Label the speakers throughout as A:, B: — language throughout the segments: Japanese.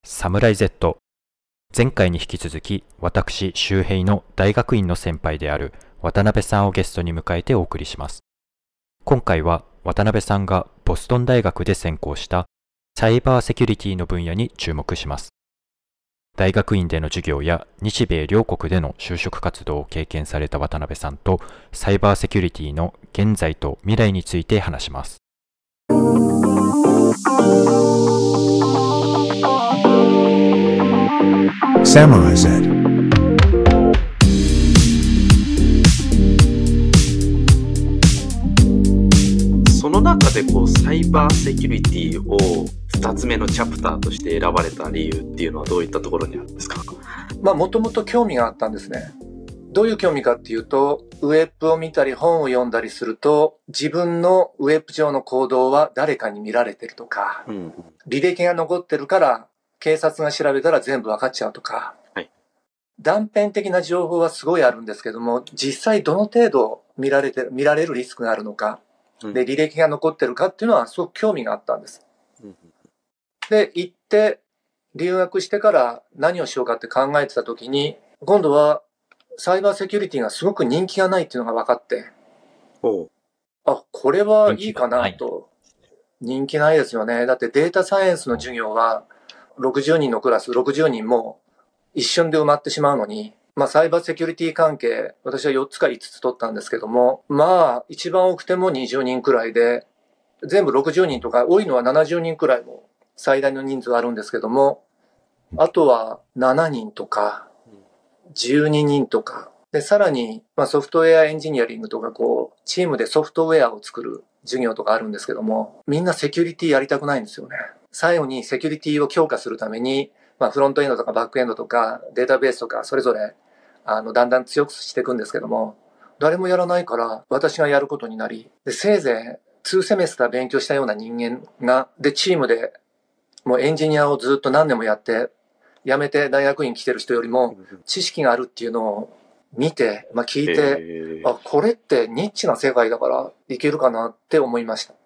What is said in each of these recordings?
A: サムライ Z。前回に引き続き、私、周平の大学院の先輩である渡辺さんをゲストに迎えてお送りします。今回は渡辺さんがボストン大学で専攻したサイバーセキュリティの分野に注目します。大学院での授業や日米両国での就職活動を経験された渡辺さんとサイバーセキュリティの現在と未来について話します。
B: Samurai Z。
C: その中でサイバーセキュリティを2つ目のチャプターとして選ばれた理由っていうのはどういったところにあるんですか？
D: もともと興味があったんですね。どういう興味かっていうと、ウェブを見たり本を読んだりすると、自分のウェブ上の行動は誰かに見られてるとか、履歴が残ってるから警察が調べたら全部わかっちゃうとか、断片的な情報はすごいあるんですけども、実際どの程度見られるリスクがあるのか、で履歴が残ってるかっていうのはすごく興味があったんです。で、行って留学してから何をしようかって考えてた時に、今度はサイバーセキュリティがすごく人気がないっていうのが分かって、これはいいかなと。人気ないですよね。だってデータサイエンスの授業は60人のクラス60人も一瞬で埋まってしまうのに、サイバーセキュリティ関係、私は4つか5つ取ったんですけども、一番多くても20人くらいで、全部60人とか、多いのは70人くらいも最大の人数あるんですけども、あとは7人とか、12人とか、で、さらに、ソフトウェアエンジニアリングとか、チームでソフトウェアを作る授業とかあるんですけども、みんなセキュリティやりたくないんですよね。最後にセキュリティを強化するために、フロントエンドとかバックエンドとかデータベースとかそれぞれだんだん強くしていくんですけども、誰もやらないから私がやることになり、でせいぜい2セメスター勉強したような人間が、でチームでもうエンジニアをずっと何年もやって辞めて大学院来てる人よりも知識があるっていうのを見て、聞いて、これってニッチな世界だからいけるかなって思いました。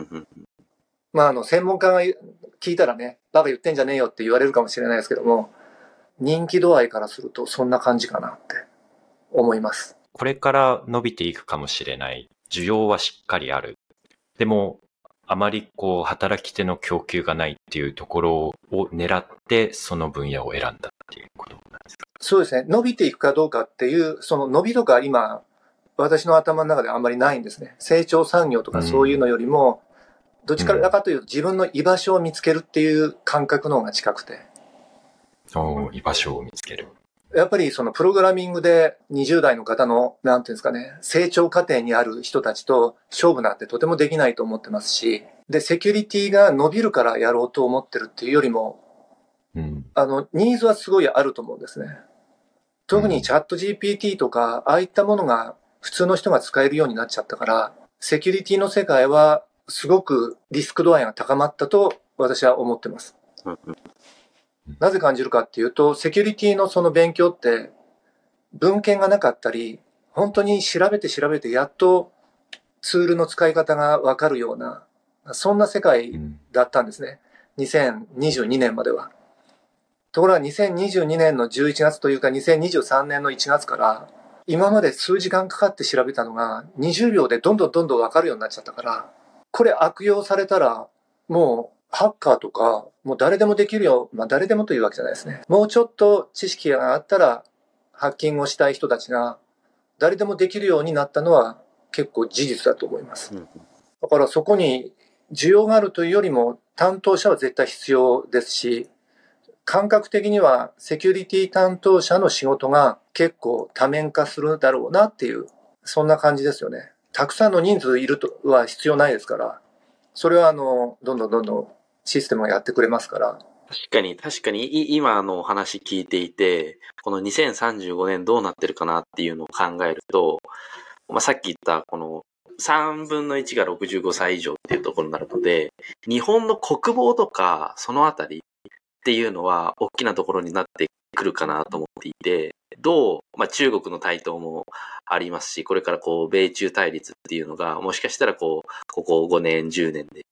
D: 専門家が聞いたらね、バカ言ってんじゃねえよって言われるかもしれないですけども、人気度合いからするとそんな感じかなって思います。
A: これから伸びていくかもしれない。需要はしっかりある。でも、あまり働き手の供給がないっていうところを狙ってその分野を選んだっていうことなんですか？
D: そうですね。伸びていくかどうかっていう、その伸びとか今、私の頭の中であんまりないんですね。成長産業とかそういうのよりも、どっちからかというと自分の居場所を見つけるっていう感覚の方が近くて。
A: 居場所を見つける。
D: やっぱりそのプログラミングで20代の方の、なんていうんですかね、成長過程にある人たちと勝負なんてとてもできないと思ってますし、で、セキュリティが伸びるからやろうと思ってるっていうよりも、ニーズはすごいあると思うんですね。特にチャット GPT とか、ああいったものが普通の人が使えるようになっちゃったから、セキュリティの世界はすごくリスク度合いが高まったと私は思ってます。なぜ感じるかっていうと、セキュリティのその勉強って文献がなかったり、本当に調べてやっとツールの使い方がわかるような、そんな世界だったんですね。2022年までは。ところが2022年の11月というか2023年の1月から、今まで数時間かかって調べたのが20秒でどんどんわかるようになっちゃったから、これ悪用されたらもうハッカーとかもう誰でもできるよ。誰でもというわけじゃないですね。もうちょっと知識があったらハッキングをしたい人たちが誰でもできるようになったのは結構事実だと思います。だからそこに需要があるというよりも担当者は絶対必要ですし、感覚的にはセキュリティ担当者の仕事が結構多面化するだろうなっていう、そんな感じですよね。たくさんの人数いるとは必要ないですから、それはどんどんシステムがやってくれますから。
C: 確かに今のお話聞いていて、この2035年どうなってるかなっていうのを考えると、さっき言ったこの3分の1が65歳以上っていうところになるので、日本の国防とかそのあたりっていうのは大きなところになってくるかなと思っていて、中国の台頭もありますし、これから米中対立っていうのがもしかしたらここ5年10年で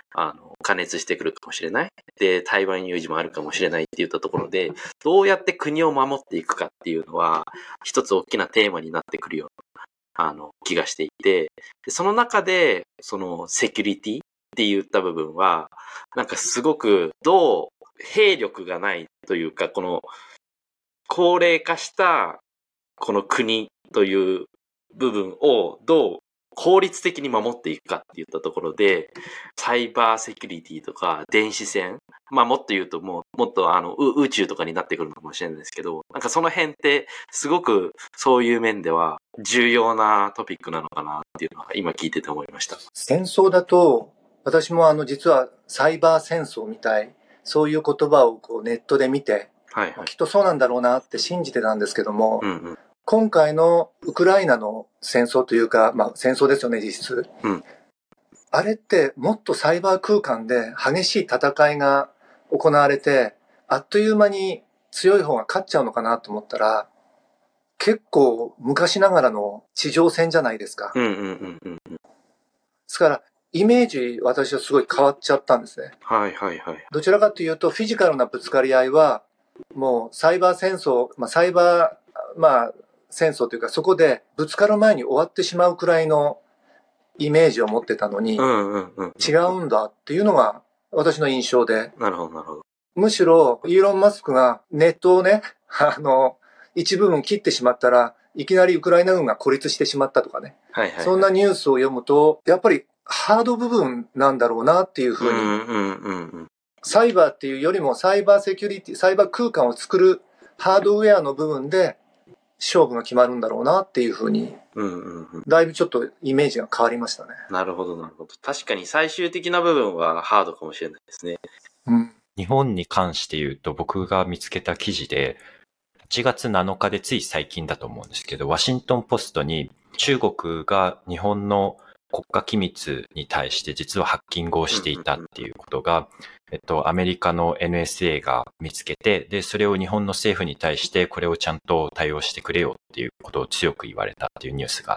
C: 加熱してくるかもしれない。で、台湾有事もあるかもしれないって言ったところで、どうやって国を守っていくかっていうのは、一つ大きなテーマになってくるような、気がしていて、でその中で、そのセキュリティって言った部分は、なんかすごく、兵力がないというか、この、高齢化した、この国という部分をどう効率的に守っていくかって言ったところで、サイバーセキュリティとか電子戦、まあもっと言うともっと宇宙とかになってくるのかもしれないですけど、なんかその辺ってすごくそういう面では重要なトピックなのかなっていうのは今聞いてて思いました。
D: 戦争だと、私も実はサイバー戦争みたい、そういう言葉をこうネットで見て、
C: はいはい、
D: きっとそうなんだろうなって信じてたんですけども、
C: うんうん、
D: 今回のウクライナの戦争というか、まあ戦争ですよね、実質。
C: うん、
D: あれってもっとサイバー空間で激しい戦いが行われて、あっという間に強い方が勝っちゃうのかなと思ったら、結構昔ながらの地上戦じゃないですか。
C: うんうんうんうん。
D: ですから、イメージ私はすごい変わっちゃったんですね。
C: はいはいはい。
D: どちらかというと、フィジカルなぶつかり合いは、もうサイバー戦争、サイバー、戦争というか、そこでぶつかる前に終わってしまうくらいのイメージを持ってたのに、違うんだっていうのが私の印象で。
C: なるほどなるほど。
D: むしろ、イーロン・マスクがネットをね、一部分切ってしまったら、いきなりウクライナ軍が孤立してしまったとかね。
C: はいはいはい、
D: そんなニュースを読むと、やっぱりハード部分なんだろうなっていうふうに、サイバーっていうよりもサイバーセキュリティ、サイバー空間を作るハードウェアの部分で勝負が決まるんだろうなっていうふうに、だいぶちょっとイメージが変わりましたね。
C: なるほどなるほど。確かに最終的な部分はハードかもしれないですね。
D: うん、
A: 日本に関して言うと僕が見つけた記事で、8月7日でつい最近だと思うんですけど、ワシントンポストに中国が日本の国家機密に対して実はハッキングをしていたっていうことが、アメリカの NSA が見つけて、で、それを日本の政府に対してこれをちゃんと対応してくれよっていうことを強く言われたっていうニュースがあって、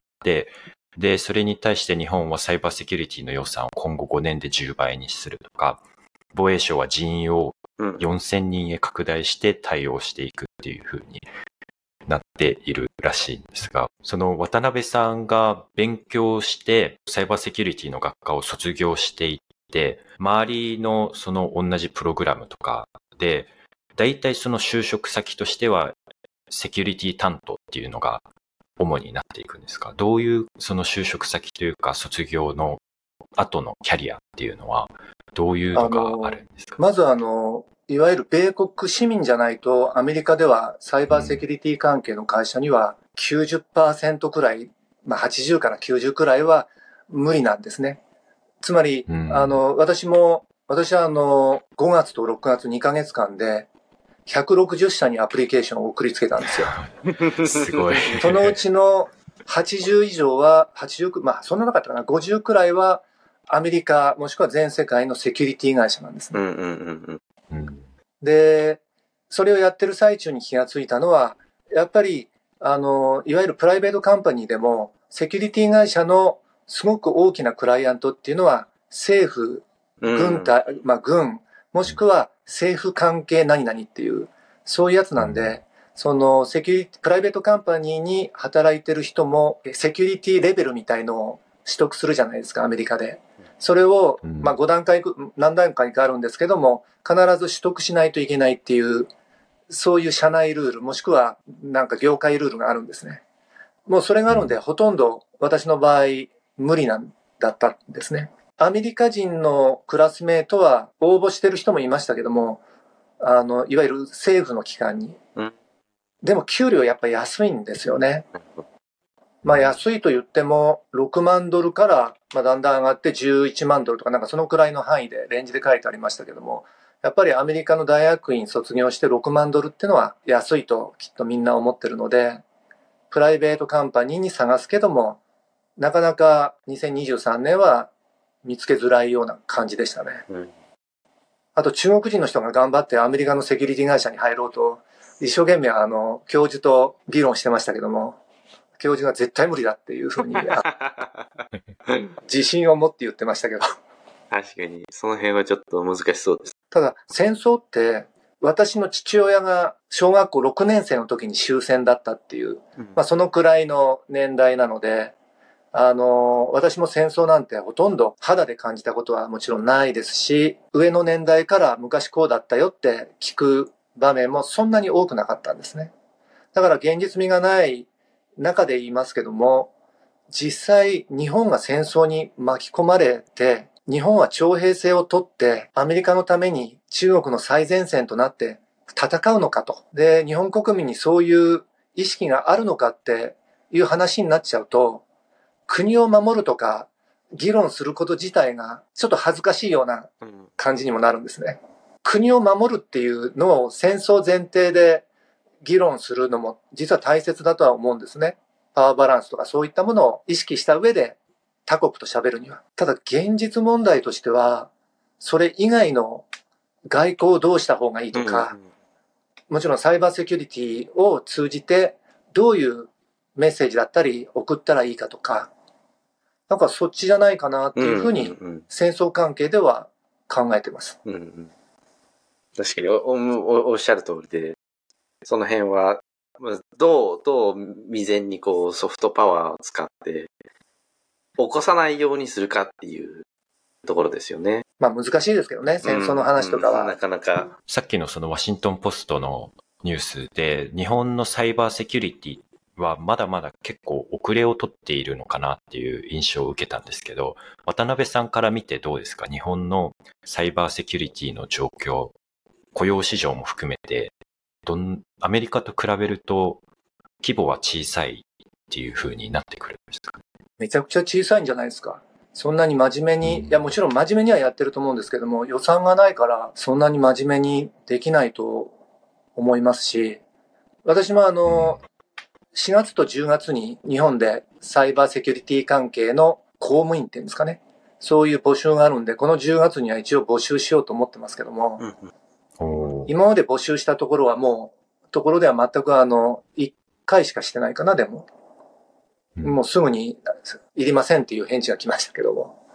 A: で、それに対して日本はサイバーセキュリティの予算を今後5年で10倍にするとか、防衛省は人員を4000人へ拡大して対応していくっていう風になっているらしいんですが、その渡辺さんが勉強してサイバーセキュリティの学科を卒業していって、周りのその同じプログラムとかで、大体その就職先としてはセキュリティ担当っていうのが主になっていくんですか？どういうその就職先というか卒業の後のキャリアっていうのはどういうのがあるんですか？
D: まずいわゆる米国市民じゃないとアメリカではサイバーセキュリティ関係の会社には 90% くらい、80から90くらいは無理なんですね。つまり、私は5月と6月2ヶ月間で160社にアプリケーションを送りつけたんですよ。
A: すごい。
D: そのうちの80以上は、そんななかったかな、50くらいはアメリカもしくは全世界のセキュリティ会社なんですね。で、それをやってる最中に気がついたのは、やっぱり、いわゆるプライベートカンパニーでも、セキュリティ会社のすごく大きなクライアントっていうのは、政府、軍隊、軍、もしくは政府関係何々っていう、そういうやつなんで、そのプライベートカンパニーに働いてる人も、セキュリティレベルみたいのを取得するじゃないですか、アメリカで。それを、5段階、何段階かあるんですけども、必ず取得しないといけないっていう、そういう社内ルール、もしくはなんか業界ルールがあるんですね。もうそれがあるんで、ほとんど私の場合、無理なんだったんですね。アメリカ人のクラスメートは応募してる人もいましたけども、いわゆる政府の機関に。でも給料やっぱ安いんですよね。安いと言っても6万ドルからだんだん上がって11万ドルとかなんかそのくらいの範囲でレンジで書いてありましたけども、やっぱりアメリカの大学院卒業して6万ドルってのは安いときっとみんな思ってるので、プライベートカンパニーに探すけども、なかなか2023年は見つけづらいような感じでしたね。あと中国人の人が頑張ってアメリカのセキュリティ会社に入ろうと、一生懸命教授と議論してましたけども、教授が絶対無理だっていうふうに自信を持って言ってましたけど。
C: 確かに、その辺はちょっと難しそうです。
D: ただ、戦争って、私の父親が小学校6年生の時に終戦だったっていう、そのくらいの年代なので、私も戦争なんてほとんど肌で感じたことはもちろんないですし、上の年代から昔こうだったよって聞く場面もそんなに多くなかったんですね。だから現実味がない中で言いますけども、実際日本が戦争に巻き込まれて、日本は徴兵制を取ってアメリカのために中国の最前線となって戦うのかと。で、日本国民にそういう意識があるのかっていう話になっちゃうと、国を守るとか議論すること自体がちょっと恥ずかしいような感じにもなるんですね。国を守るっていうのを戦争前提で議論するのも実は大切だとは思うんですね。パワーバランスとかそういったものを意識した上で他国と喋るには。ただ現実問題としては、それ以外の外交をどうした方がいいとか、もちろんサイバーセキュリティを通じてどういうメッセージだったり送ったらいいかとか、なんかそっちじゃないかなっていうふうに戦争関係では考えてます。
C: 確かにおっしゃる通りで、その辺はどう未然にこうソフトパワーを使って起こさないようにするかっていうところですよね。
D: 難しいですけどね、戦争の話とかは。
C: なかなか。
A: さっきのそのワシントンポストのニュースで、日本のサイバーセキュリティはまだまだ結構遅れをとっているのかなっていう印象を受けたんですけど、渡辺さんから見てどうですか？日本のサイバーセキュリティの状況、雇用市場も含めて、アメリカと比べると規模は小さいっていう風になってくるんですか？
D: めちゃくちゃ小さいんじゃないですか。そんなに真面目に、いやもちろん真面目にはやってると思うんですけども、予算がないからそんなに真面目にできないと思いますし、私も4月と10月に日本でサイバーセキュリティ関係の公務員っていうんですかね。そういう募集があるんで、この10月には一応募集しようと思ってますけども、今まで募集したところはところでは全く1回しかしてないかな、でも。もうすぐにいりませんっていう返事が来ましたけども。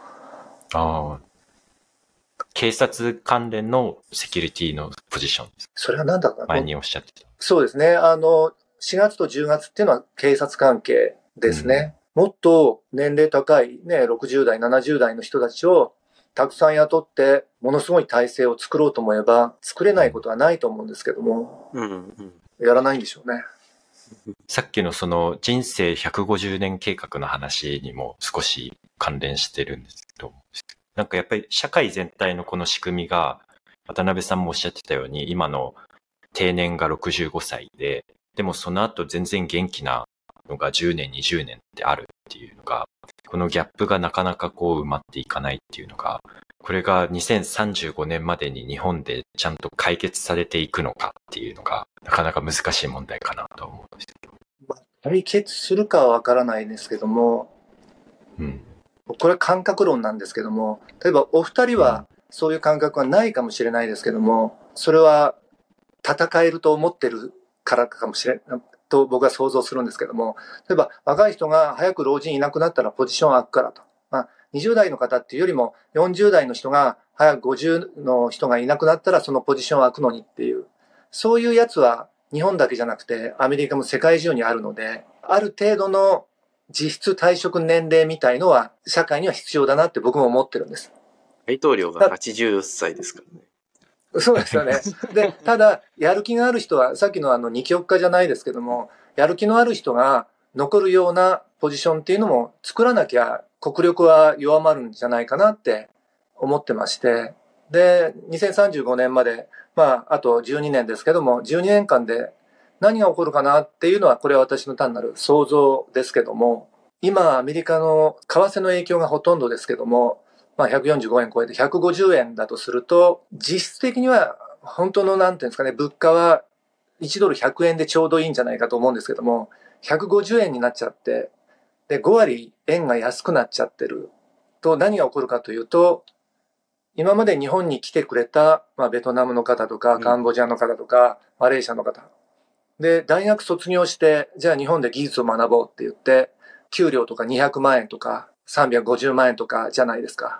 A: 警察関連のセキュリティのポジションです。
D: それは何だろうな。
A: 前におっしゃってた。
D: そうですね。4月と10月っていうのは警察関係ですね。もっと年齢高いね、60代、70代の人たちをたくさん雇って、ものすごい体制を作ろうと思えば、作れないことはないと思うんですけども、やらないんでしょうね。
A: さっきのその人生150年計画の話にも少し関連してるんですけど、なんかやっぱり社会全体のこの仕組みが、渡辺さんもおっしゃってたように、今の定年が65歳で、でもその後全然元気なのが10年、20年ってあるっていうのが、このギャップがなかなかこう埋まっていかないっていうのが、これが2035年までに日本でちゃんと解決されていくのかっていうのが、なかなか難しい問題かなと思うんですけど。
D: 解決するかはわからないですけども、これは感覚論なんですけども、例えばお二人はそういう感覚はないかもしれないですけども、それは戦えると思ってるからかもしれないと僕は想像するんですけども、例えば若い人が早く老人いなくなったらポジション空くからと。20代の方っていうよりも40代の人が早く50の人がいなくなったらそのポジション空くのにっていう、そういうやつは日本だけじゃなくてアメリカも世界中にあるので、ある程度の実質退職年齢みたいのは社会には必要だなって僕も思ってるんです。
C: 大統領が80歳ですからね。
D: そうですよね。で、ただ、やる気がある人は、さっきの二極化じゃないですけども、やる気のある人が残るようなポジションっていうのも作らなきゃ国力は弱まるんじゃないかなって思ってまして、で、2035年まで、あと12年ですけども、12年間で何が起こるかなっていうのは、これは私の単なる想像ですけども、今、アメリカの為替の影響がほとんどですけども、145円超えて150円だとすると、実質的には本当のなんていうんですかね、物価は1ドル100円でちょうどいいんじゃないかと思うんですけども、150円になっちゃって、で、5割円が安くなっちゃってると何が起こるかというと、今まで日本に来てくれた、ベトナムの方とか、カンボジアの方とか、マレーシアの方。で、大学卒業して、じゃあ日本で技術を学ぼうって言って、給料とか200万円とか、350万円とかじゃないですか。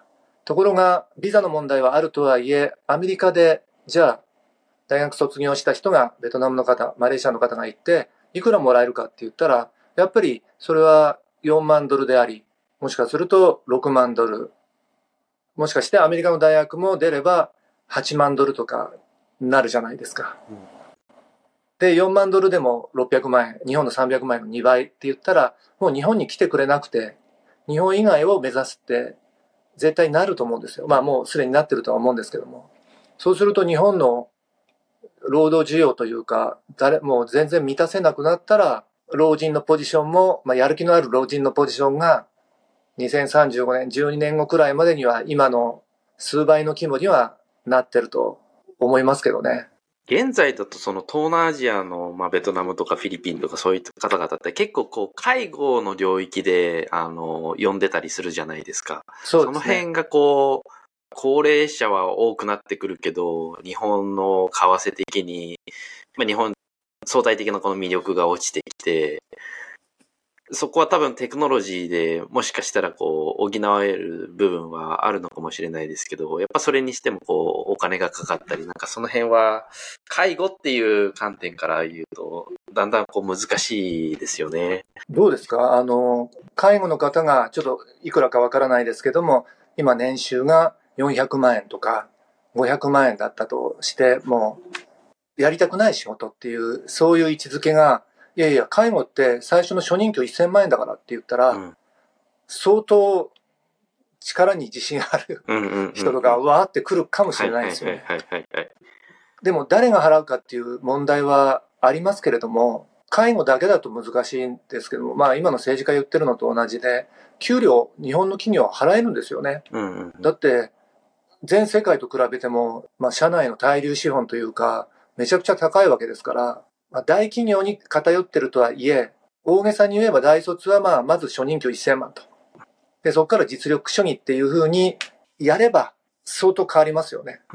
D: ところが、ビザの問題はあるとはいえ、アメリカで、じゃあ、大学卒業した人がベトナムの方、マレーシアの方が行って、いくらもらえるかって言ったら、やっぱりそれは4万ドルであり、もしかすると6万ドル。もしかしてアメリカの大学も出れば8万ドルとかなるじゃないですか。で、4万ドルでも600万円、日本の300万円の2倍って言ったら、もう日本に来てくれなくて、日本以外を目指すって絶対なると思うんですよ。まあもうすでになってるとは思うんですけども。そうすると日本の労働需要というか、もう全然満たせなくなったら、老人のポジションも、やる気のある老人のポジションが、2035年、12年後くらいまでには、今の数倍の規模にはなってると思いますけどね。
C: 現在だとその東南アジアの、ベトナムとかフィリピンとかそういった方々って結構介護の領域で、呼んでたりするじゃないですか。
D: そうですね。
C: その辺が高齢者は多くなってくるけど、日本の為替的に、日本相対的なこの魅力が落ちてきて、そこは多分テクノロジーでもしかしたら補える部分はあるのかもしれないですけど、やっぱそれにしてもお金がかかったり、なんかその辺は介護っていう観点から言うと、だんだん難しいですよね。
D: どうですか？介護の方がちょっといくらかわからないですけども、今年収が400万円とか500万円だったとして、もうやりたくない仕事っていう、そういう位置づけが、いやいや、介護って最初の初任給1000万円だからって言ったら、相当力に自信ある人とかわーって来るかもしれないですよね。でも誰が払うかっていう問題はありますけれども、介護だけだと難しいんですけども、今の政治家言ってるのと同じで、給料、日本の企業は払えるんですよね。だって、全世界と比べても、社内の対流資本というか、めちゃくちゃ高いわけですから、大企業に偏ってるとはいえ、大げさに言えば大卒はまず初任給1000万と。で、そこから実力主義っていう風にやれば相当変わりますよね。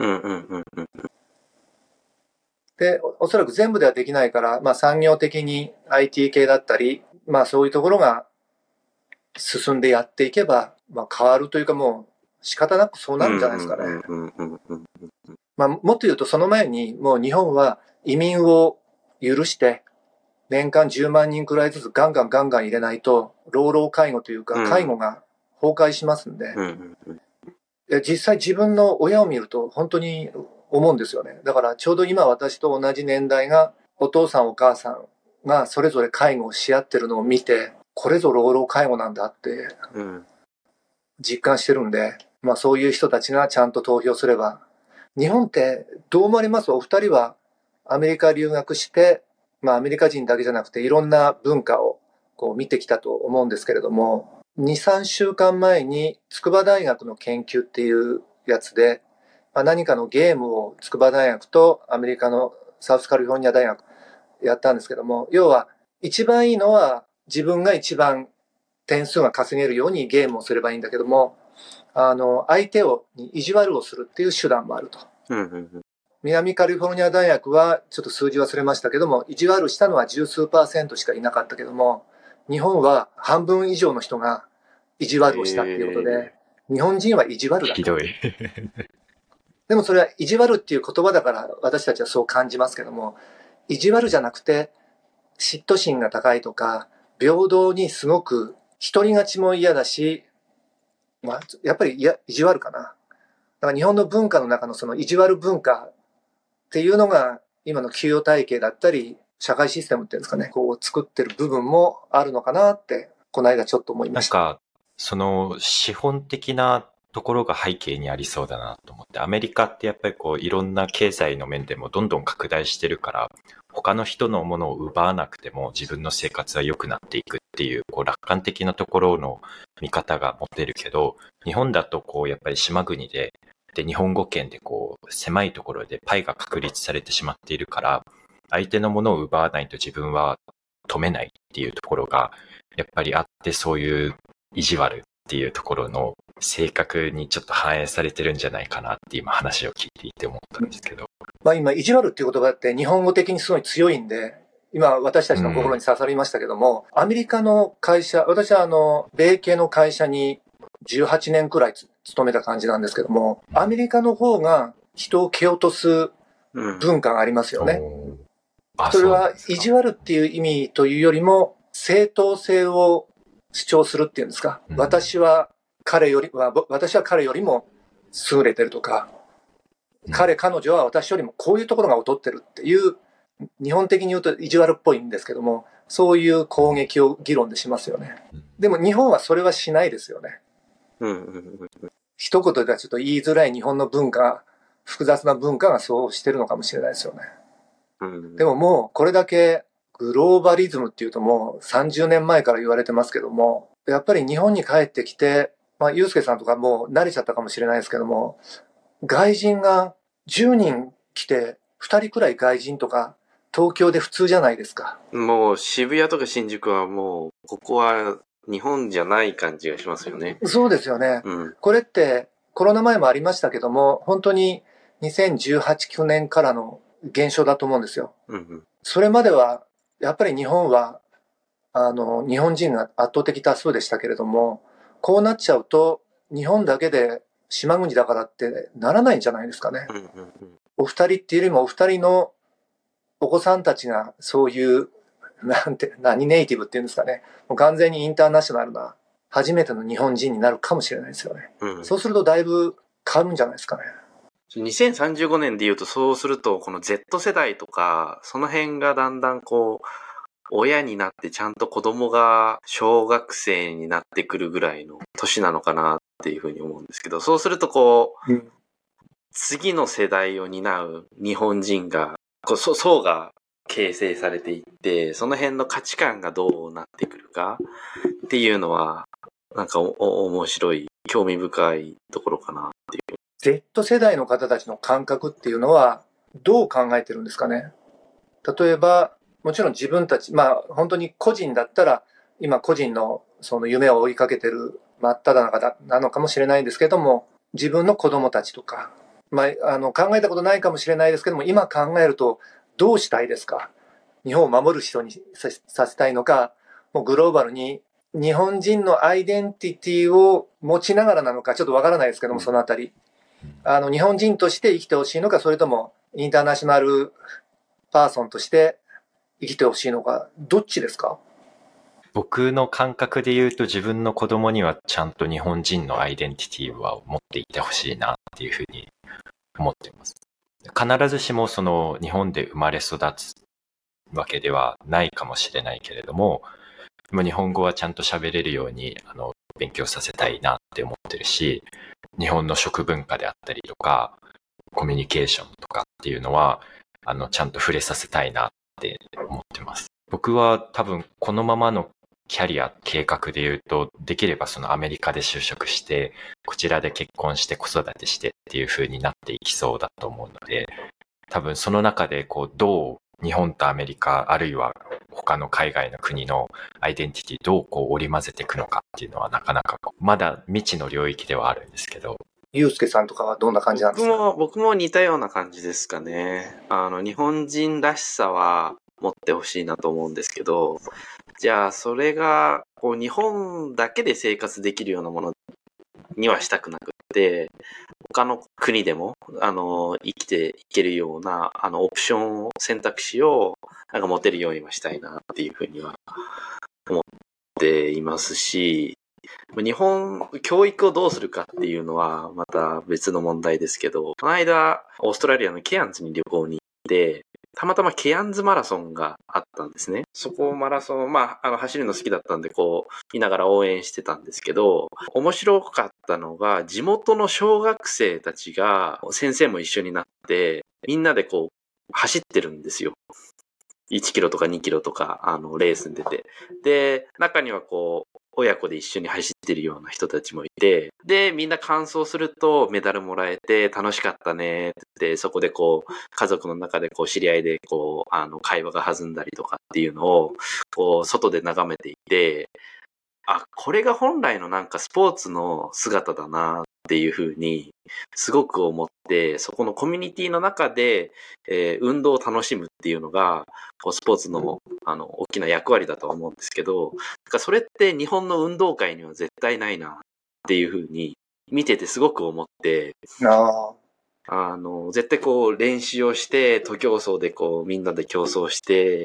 D: で、おそらく全部ではできないから、産業的に IT 系だったり、そういうところが進んでやっていけば、変わるというかもう仕方なくそうなるんじゃないですかね。もっと言うとその前にもう日本は移民を許して、年間10万人くらいずつガンガン入れないと、老老介護というか、介護が崩壊しますんで、実際自分の親を見ると本当に思うんですよね。だからちょうど今私と同じ年代が、お父さんお母さんがそれぞれ介護をし合ってるのを見て、これぞ老老介護なんだって実感してるんで、そういう人たちがちゃんと投票すれば、日本ってどう思われます？お二人はアメリカ留学して、アメリカ人だけじゃなくていろんな文化を見てきたと思うんですけれども、2、3週間前に筑波大学の研究っていうやつで、何かのゲームを筑波大学とアメリカのサウスカリフォルニア大学やったんですけども、要は一番いいのは自分が一番点数が稼げるようにゲームをすればいいんだけども、相手に意地悪をするっていう手段もあると。南カリフォルニア大学はちょっと数字忘れましたけども、意地悪したのは十数%しかいなかったけども、日本は半分以上の人が意地悪をしたっていうことで、日本人は意地悪だと。
A: ひどい。
D: でもそれは意地悪っていう言葉だから私たちはそう感じますけども、意地悪じゃなくて嫉妬心が高いとか、平等にすごく独り勝ちも嫌だし、やっぱり意地悪かな。だから日本の文化の中のその意地悪文化っていうのが今の給与体系だったり社会システムっていうんですかね、作ってる部分もあるのかなってこの間ちょっと思いました。
A: なんかその資本的なところが背景にありそうだなと思って、アメリカってやっぱりいろんな経済の面でもどんどん拡大してるから、他の人のものを奪わなくても自分の生活は良くなっていくっていう、楽観的なところの見方が持てるけど、日本だとやっぱり島国で日本語圏で狭いところでパイが確立されてしまっているから、相手のものを奪わないと自分は止めないっていうところがやっぱりあって、そういう意地悪っていうところの性格にちょっと反映されてるんじゃないかなって今話を聞いていて思ったんですけど。
D: 今、意地悪っていう言葉って日本語的にすごい強いんで、今私たちの心に刺さりましたけども、アメリカの会社、私は米系の会社に 18年くらい勤めた感じなんですけども、アメリカの方が人を蹴落とす文化がありますよね。それは意地悪っていう意味というよりも、正当性を主張するっていうんですか。私は彼よりも優れてるとか、彼女は私よりもこういうところが劣ってるっていう、日本的に言うと意地悪っぽいんですけども、そういう攻撃を議論でしますよね。でも日本はそれはしないですよね。一言ではちょっと言いづらい日本の文化、複雑な文化がそうしてるのかもしれないですよね。でももうこれだけグローバリズムっていうともう30年前から言われてますけども、やっぱり日本に帰ってきて、ゆうすけさんとかもう慣れちゃったかもしれないですけども、外人が10人来て2人くらい外人とか東京で普通じゃないですか。
C: もう渋谷とか新宿はもうここは日本じゃない感じがしますよね。
D: そうですよね。これってコロナ前もありましたけども、本当に2018、9年からの現象だと思うんですよ。それまではやっぱり日本は日本人が圧倒的多数でしたけれども、こうなっちゃうと日本だけで島国だからってならないんじゃないですかね。お二人っていうよりもお二人のお子さんたちがそういう何ネイティブっていうんですかね、もう完全にインターナショナルな初めての日本人になるかもしれないですよね。そうするとだいぶ変わるんじゃないですかね。
C: 2035年で言うと、そうするとこの Z 世代とかその辺がだんだんこう親になってちゃんと子供が小学生になってくるぐらいの年なのかなっていうふうに思うんですけど、そうするとこう、次の世代を担う日本人が層が形成されていって、その辺の価値観がどうなってくるかっていうのはなんか面白い興味深いところかなっていう。
D: Z 世代の方たちの感覚っていうのはどう考えてるんですかね。例えばもちろん自分たち、本当に個人だったら今個人のその夢を追いかけてる真っ只中なのかもしれないんですけども、自分の子供たちとか、考えたことないかもしれないですけども、今考えるとどうしたいですか。日本を守る人にさせたいのか、もうグローバルに日本人のアイデンティティを持ちながらなのかちょっとわからないですけども、そのあたり日本人として生きてほしいのか、それともインターナショナルパーソンとして生きてほしいのか、どっちですか？
A: 僕の感覚で言うと、自分の子供にはちゃんと日本人のアイデンティティは持っていてほしいなっていうふうに思っています。必ずしもその日本で生まれ育つわけではないかもしれないけれども、日本語はちゃんと喋れるように勉強させたいなって思ってるし、日本の食文化であったりとかコミュニケーションとかっていうのはちゃんと触れさせたいなって思ってます。僕は多分このままのキャリア計画で言うと、できればそのアメリカで就職して、こちらで結婚して子育てしてっていう風になっていきそうだと思うので、多分その中でどう日本とアメリカ、あるいは他の海外の国のアイデンティティどう織り交ぜていくのかっていうのはなかなかまだ未知の領域ではあるんですけど。
D: ゆうすけさんとかはどんな感じなんですか？
C: 僕も似たような感じですかね。日本人らしさは持ってほしいなと思うんですけど、じゃあそれが日本だけで生活できるようなものにはしたくなくて、他の国でも生きていけるようなオプション選択肢を持てるようにはしたいなっていうふうには思っていますし、教育をどうするかっていうのはまた別の問題ですけど、この間オーストラリアのケアンズに旅行に行って、たまたまケアンズマラソンがあったんですね。そこマラソン、走るの好きだったんで見ながら応援してたんですけど、面白かったのが地元の小学生たちが先生も一緒になってみんなで走ってるんですよ。1キロとか2キロとかレースに出て、で中には親子で一緒に走ってるような人たちもいて、でみんな完走するとメダルもらえて楽しかったねって言って、そこで家族の中で知り合いで会話が弾んだりとかっていうのを外で眺めていて、これが本来のスポーツの姿だなっていうふうにすごく思って、そこのコミュニティの中で、運動を楽しむっていうのがスポーツの大きな役割だとは思うんですけど、それって日本の運動会には絶対ないなっっていうふうに見ててすごく思って、絶対こう練習をして、徒競走でこうみんなで競争して、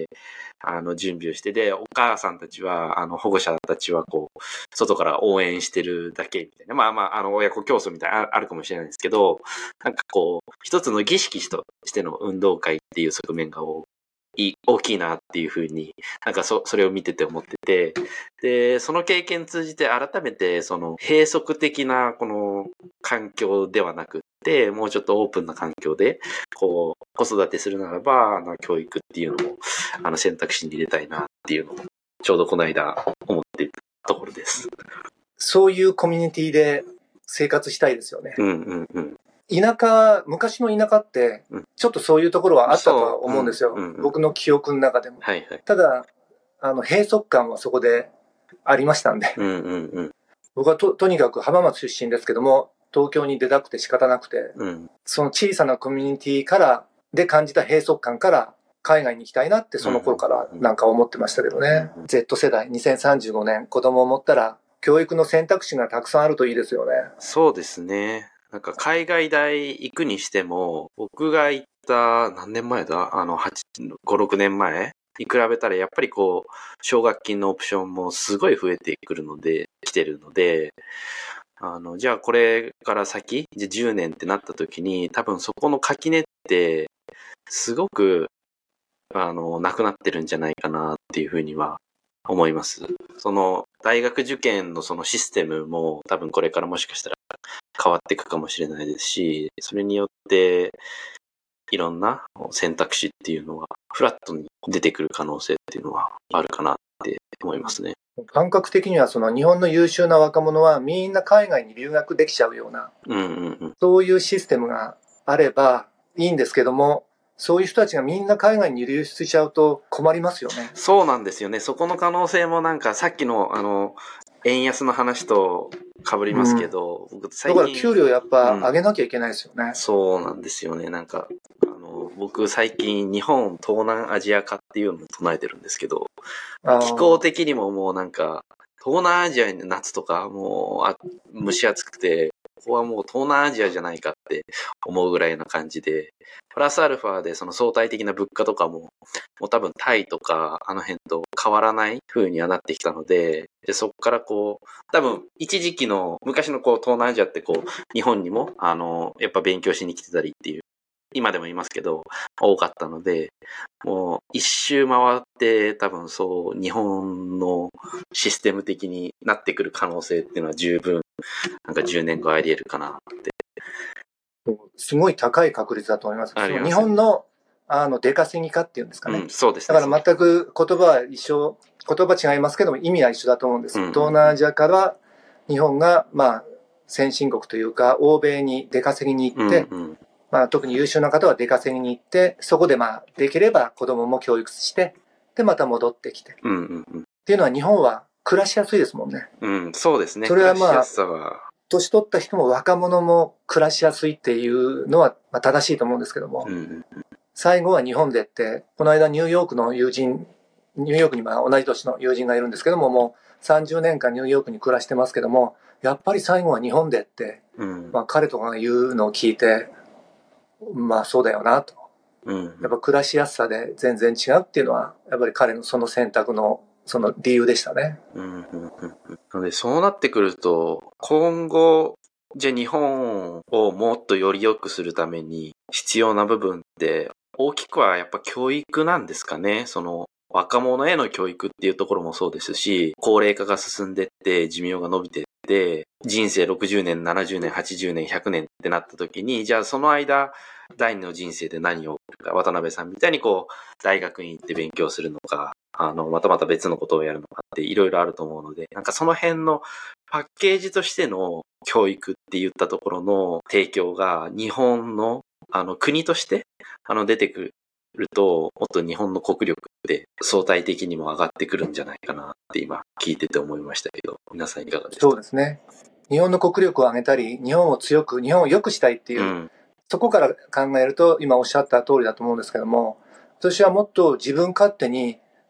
C: 準備をして、で、お母さんたちは、保護者たちはこう、外から応援してるだけみたいな。まあまあ、親子競争みたいなあるかもしれないですけど、なんかこう、一つの儀式としての運動会っていう側面が大きいなっていうふうに、なんかそれを見てて思ってて、で、その経験通じて改めて、その閉塞的なこの環境ではなくって、もうちょっとオープンな環境で、こう、子育てするならば、教育っていうのを、選択肢に入れたいなっていうのを、ちょうどこの間思っていたところです。
D: そういうコミュニティで生活したいですよね。昔の田舎って、ちょっとそういうところはあったとは思うんですよ。僕の記憶の中でも。ただ、閉塞感はそこでありましたんで。僕はとにかく浜松出身ですけども、東京に出たくて仕方なくて、その小さなコミュニティで感じた閉塞感から海外に行きたいなってその頃からなんか思ってましたけどね。Z 世代2035年子供を持ったら教育の選択肢がたくさんあるといいですよね。
C: そうですね。なんか海外大行くにしても、僕が行った何年前だ5、6年前に比べたらやっぱりこう、奨学金のオプションもすごい増えてきてるので、じゃあこれから先、10年ってなった時に、多分そこの垣根って、すごく、なくなってるんじゃないかなっていうふうには思います。その、大学受験のそのシステムも多分これからもしかしたら変わっていくかもしれないですし、それによっていろんな選択肢っていうのはフラットに出てくる可能性っていうのはあるかなって思いますね。
D: 感覚的にはその日本の優秀な若者はみんな海外に留学できちゃうような、そういうシステムがあればいいんですけども、そういう人たちがみんな海外に流出しちゃうと困りますよね。
C: そうなんですよね。そこの可能性もなんかさっきの円安の話と被りますけど、
D: 僕最近だから給料やっぱ上げなきゃいけないですよね。
C: そうなんですよね。なんか僕最近日本東南アジア化っていうのを唱えてるんですけど、気候的にももうなんか東南アジアの夏とかもう蒸し暑くて、ここはもう東南アジアじゃないかって思うぐらいな感じで、プラスアルファでその相対的な物価とかもう多分タイとかあの辺と変わらない風にはなってきたので、そこからこう、多分一時期の昔のこう東南アジアってこう日本にもやっぱ勉強しに来てたりっていう、今でもいますけど多かったので、もう一周回って多分そう日本のシステム的になってくる可能性っていうのは十分なんか10年後あり得るかなって。
D: すごい高い確率だと思います。日本の出稼ぎ化っていうんですかね。
C: そうですね。
D: だから全く言葉は一緒、言葉違いますけども意味は一緒だと思うんです。東南アジアから日本が先進国というか欧米に出稼ぎに行って、特に優秀な方は出稼ぎに行って、そこでできれば子供も教育して、でまた戻ってきて。っていうのは日本は暮らしやすいですもんね。
C: そうですね。
D: それは年取った人も若者も暮らしやすいっていうのは正しいと思うんですけども、最後は日本でって、この間ニューヨークに同じ年の友人がいるんですけども、もう30年間ニューヨークに暮らしてますけども、やっぱり最後は日本でって、彼とかが言うのを聞いて、そうだよなと。やっぱ暮らしやすさで全然違うっていうのは、やっぱり彼のその選択のその理由でしたね。
C: なのでそうなってくると、今後、じゃあ日本をもっとより良くするために必要な部分って大きくはやっぱ教育なんですかね。その若者への教育っていうところもそうですし、高齢化が進んでって寿命が伸びてって、人生60年、70年、80年、100年ってなった時に、じゃあその間、第二の人生で何を送るか、渡辺さんみたいにこう、大学院行って勉強するのか、また別のことをやるのかっていろいろあると思うので、なんかその辺のパッケージとしての教育って言ったところの提供が日本の国として出てくると、もっと日本の国力って相対的にも上がってくるんじゃないかなって今聞いてて思いましたけど、皆さんいかがですか？
D: そうですね。日本の国力を上げたり、日本を良くしたいっていう、そこから考えると今おっしゃった通りだと思うんですけども、私はもっと自分勝手に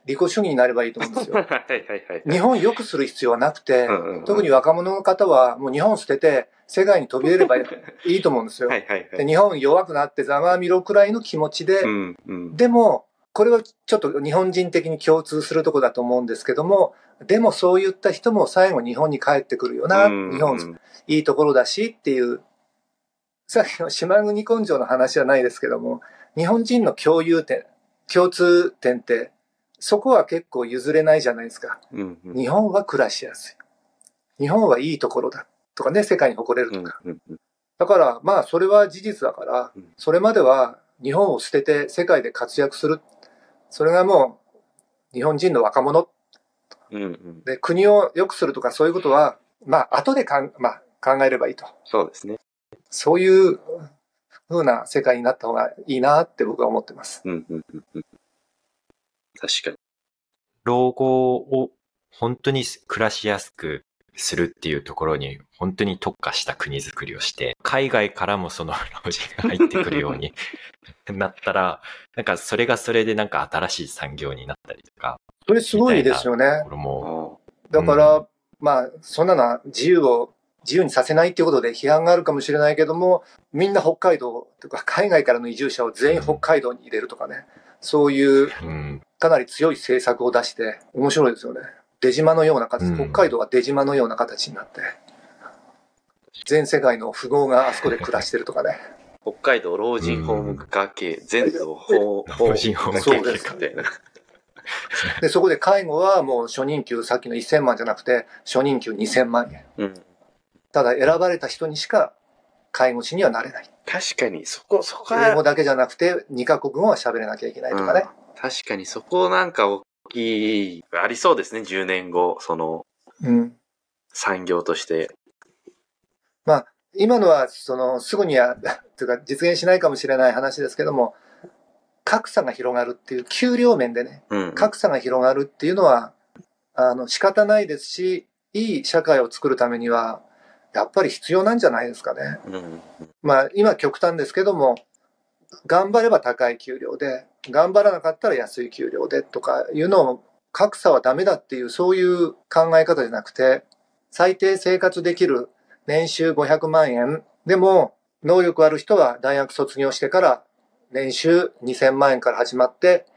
D: 利己主義になればいいと思うんですよ。
C: はいはいはい。
D: 日本を良くする必要はなくて、
C: うんうんうん
D: 特に若者の方はもう日本を捨てて世界に飛び出ればいいと思うんですよ。
C: はいはいはい。
D: で日本弱くなってざまあみろくらいの気持ちで、
C: うんうん。
D: でも、これはちょっと日本人的に共通するところだと思うんですけども、でもそういった人も最後日本に帰ってくるよな、日本いいところだしっていう、さっきの島国根性の話はないですけども、日本人の共通点って、そこは結構譲れないじゃないですか。
C: うんうん。
D: 日本は暮らしやすい。日本はいいところだ。とかね、世界に誇れるとか。
C: うんうん。
D: だから、まあ、それは事実だから
C: うん、
D: それまでは日本を捨てて世界で活躍する。それがもう、日本人の若者
C: うんうん。
D: で、国を良くするとかそういうことは、まあ、後で考えればいいと。
C: そうですね。
D: そういう風な世界になった方がいいなって僕は思ってます。
C: うんうんうんうん。確かに。
A: 老後を本当に暮らしやすくするっていうところに本当に特化した国づくりをして、海外からもその老人が入ってくるようになったら、なんかそれがそれでなんか新しい産業になったりとか。
D: それすごいですよね。だから、まあ、そんなのは自由にさせないっていうことで批判があるかもしれないけども、みんな北海道とか海外からの移住者を全員北海道に入れるとかね。そういうかなり強い政策を出して面白いですよね。出島のような形、北海道は出島のような形になって、全世界の富豪があそこで暮らしてるとかね。
C: 北海道老人ホーム化系、全土
A: 老人ホーム化系
C: みたいな。
D: で、そこで介護はもう初任給さっきの1000万じゃなくて、初任給2000万円。
C: うん。
D: ただ選ばれた人にしか介護士にはなれない。
C: 確かに、そこは。
D: 英語だけじゃなくて、2カ国語は喋れなきゃいけないとかね。
C: 確かにそこなんか大きい、ありそうですね、10年後、その、産業として。
D: まあ、今のは、すぐには、というか実現しないかもしれない話ですけども、格差が広がるっていう、給料面でね、格差が広がるっていうのは、仕方ないですし、いい社会を作るためには、やっぱり必要なんじゃないですかね。まあ、今極端ですけども、頑張れば高い給料で、頑張らなかったら安い給料でとかいうのを、格差はダメだっていう、そういう考え方じゃなくて、最低生活できる年収500万円でも、能力ある人は大学卒業してから年収2000万円から始まって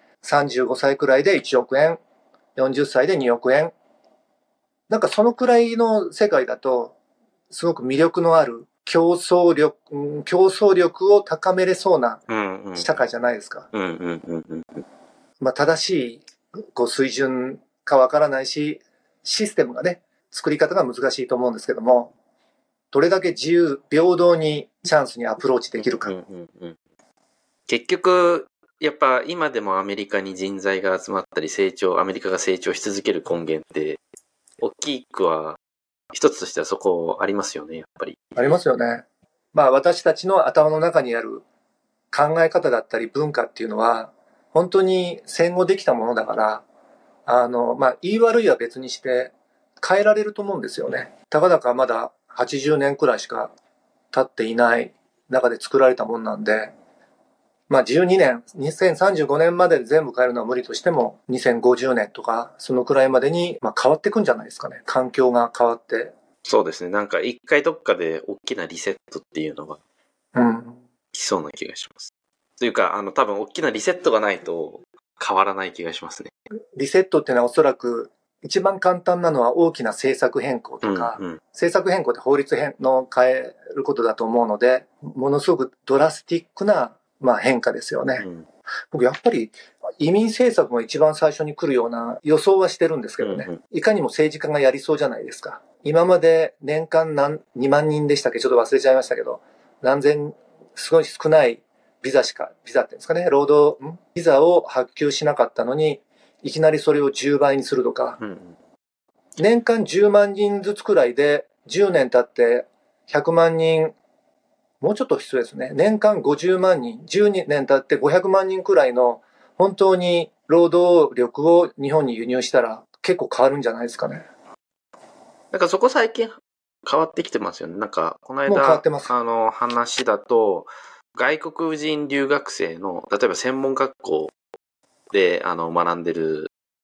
D: 、35歳くらいで1億円、40歳で2億円。なんかそのくらいの世界だと、すごく魅力のある競争力を高めれそうな社会じゃないですか。まあ正しい水準かわからないし、システムがね、作り方が難しいと思うんですけども、どれだけ自由、平等にチャンスにアプローチできるか。
C: 結局、やっぱ今でもアメリカに人材が集まったりアメリカが成長し続ける根源って、大きくは、一つとしてはそこありますよね、やっぱり。
D: ありますよね。まあ私たちの頭の中にある考え方だったり文化っていうのは、本当に戦後できたものだから、まあ言い悪いは別にして変えられると思うんですよね。たかだかまだ80年くらいしか経っていない中で作られたもんなんで、まあ12年、2035年まで全部変えるのは無理としても、2050年とか、そのくらいまでに、まあ変わっていくんじゃないですかね。環境が変わって。
C: そうですね。なんか一回どっかで大きなリセットっていうのが、来そうな気がします。というか、多分大きなリセットがないと変わらない気がしますね。
D: リセットっていうのはおそらく、一番簡単なのは大きな政策変更とか、政策変更って法律の変えることだと思うので、ものすごくドラスティックなまあ変化ですよね。僕やっぱり移民政策が一番最初に来るような予想はしてるんですけどね。いかにも政治家がやりそうじゃないですか。今まで年間2万人でしたっけ、ちょっと忘れちゃいましたけど、すごい少ないビザっていうんですかね、ビザを発給しなかったのに、いきなりそれを10倍にするとか、年間10万人ずつくらいで10年経って100万人、もうちょっと必要ですね。年間50万人、12年経って500万人くらいの本当に労働力を日本に輸入したら結構変わるんじゃないですかね。
C: なんかそこ最近変わってきてますよね。なんかこの間話だと外国人留学生の例えば専門学校で学んでる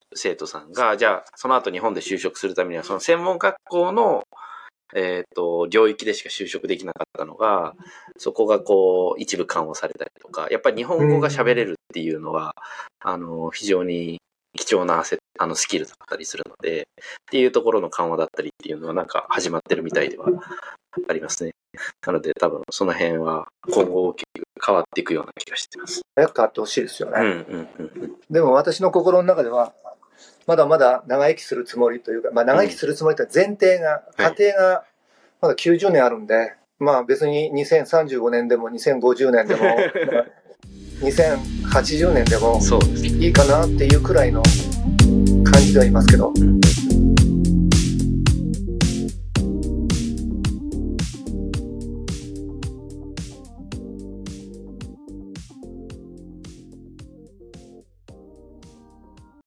C: 生徒さんが、じゃあその後日本で就職するためにはその専門学校の領域でしか就職できなかったのが、そこがこう一部緩和されたりとか、やっぱり日本語が喋れるっていうのは、非常に貴重なスキルだったりするので、っていうところの緩和だったりっていうのはなんか始まってるみたいではありますね。なので多分その辺は今後大きく変わっていくような気がしてます。
D: 早く変わってほしいですよね。でも私の心の中では、まだまだ長生きするつもりというか、長生きするつもりという前提が、過程がまだ90年あるんで、別に2035年でも2050年でも、2080年でもいいかなっていうくらいの感じではいますけど。